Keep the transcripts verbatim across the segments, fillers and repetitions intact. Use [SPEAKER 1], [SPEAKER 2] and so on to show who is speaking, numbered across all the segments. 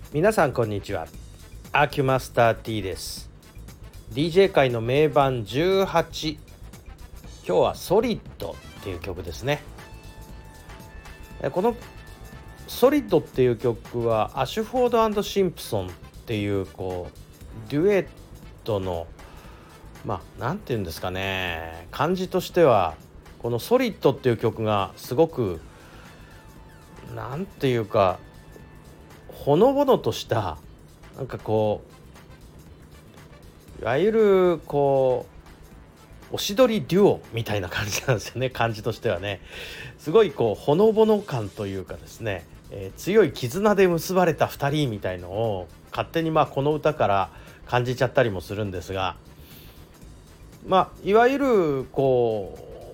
[SPEAKER 1] 皆さんこんにちは。アーキュマスター T です。 ディージェー 界の名盤じゅうはち、今日はソリッドっていう曲ですね。このソリッドっていう曲はアシュフォード&シンプソンっていうこうデュエットのまあなんていうんですかね、感じとしてはこのソリッドっていう曲がすごくなんていうかほのぼのとしたなんかこういわゆるこうおしどりデュオみたいな感じなんですよね。感じとしてはね、すごいこうほのぼの感というかですね、えー強い絆で結ばれたふたりみたいのを勝手にまあこの歌から感じちゃったりもするんですが、まあいわゆるこ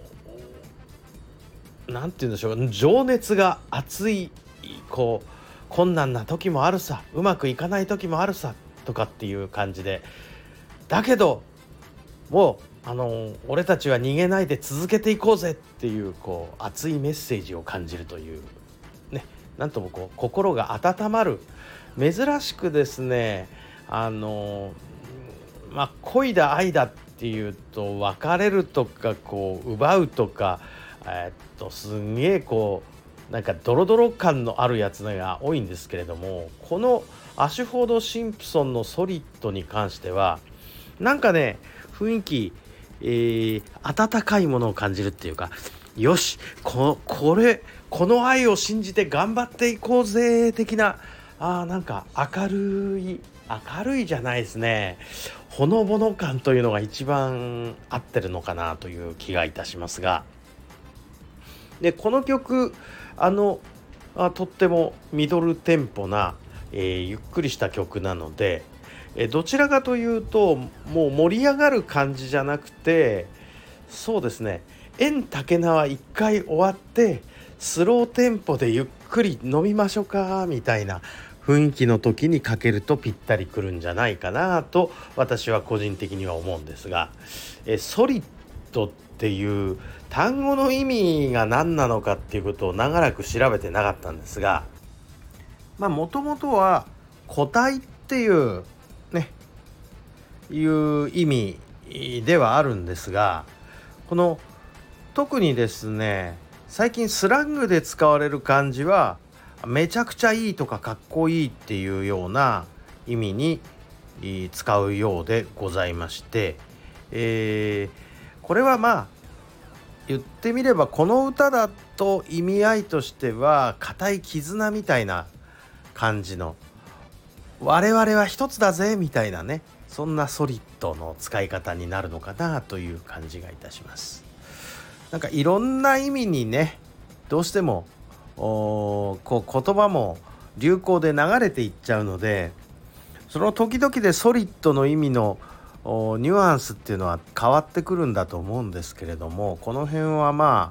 [SPEAKER 1] うなんて言うんでしょう、情熱が熱い、こう困難な時もあるさ、うまくいかない時もあるさとかっていう感じで、だけどもうあの俺たちは逃げないで続けていこうぜっていうこう熱いメッセージを感じるというね、なんともこう心が温まる、珍しくですね、あのまあ恋だ愛だっていうと別れるとかこう奪うとか、えーっとすんげえこうなんかドロドロ感のあるやつが多いんですけれども、このアシュフォード・シンプソンのソリッドに関してはなんかね雰囲気、えー、温かいものを感じるっていうか、よし こ, これこの愛を信じて頑張っていこうぜ的な、あーなんか明るい明るいじゃないですね、ほのぼの感というのが一番合ってるのかなという気がいたしますが、でこの曲あのあとってもミドルテンポな、えーゆっくりした曲なので、えーどちらかというともう盛り上がる感じじゃなくて、そうですね、縁竹縄一回終わってスローテンポでゆっくり飲みましょうかみたいな雰囲気の時にかけるとぴったりくるんじゃないかなと私は個人的には思うんですが、えソリッドっていう単語の意味が何なのかっていうことを長らく調べてなかったんですが、まあもともとは固体っていうねいう意味ではあるんですが、この特にですね最近スラングで使われる漢字はめちゃくちゃいいとかかっこいいっていうような意味に使うようでございまして、えーこれはまあ言ってみればこの歌だと意味合いとしては固い絆みたいな感じの、我々は一つだぜみたいなね、そんなソリッドの使い方になるのかなという感じがいたします。なんかいろんな意味にねどうしてもこう言葉も流行で流れていっちゃうので、その時々でソリッドの意味のニュアンスっていうのは変わってくるんだと思うんですけれども、この辺はま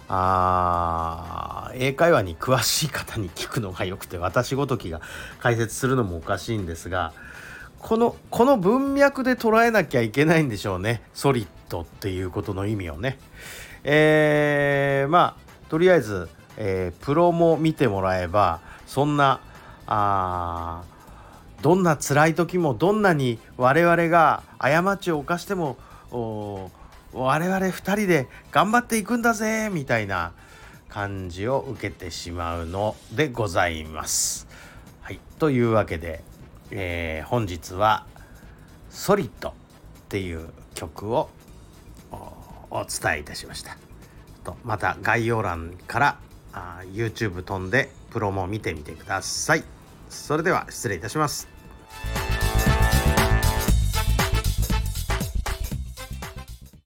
[SPEAKER 1] ああ英会話に詳しい方に聞くのがよくて、私ごときが解説するのもおかしいんですが、このこの文脈で捉えなきゃいけないんでしょうね、ソリッドっていうことの意味をね。えー、まあとりあえず、えー、プロも見てもらえばそんなあどんな辛い時もどんなに我々が過ちを犯しても我々ふたりで頑張っていくんだぜみたいな感じを受けてしまうのでございます。はい、というわけで、えー、本日はソリッドっていう曲をお伝えいたしました。とまた概要欄からあ YouTube 飛んでプロも見てみてください。それでは失礼いたします。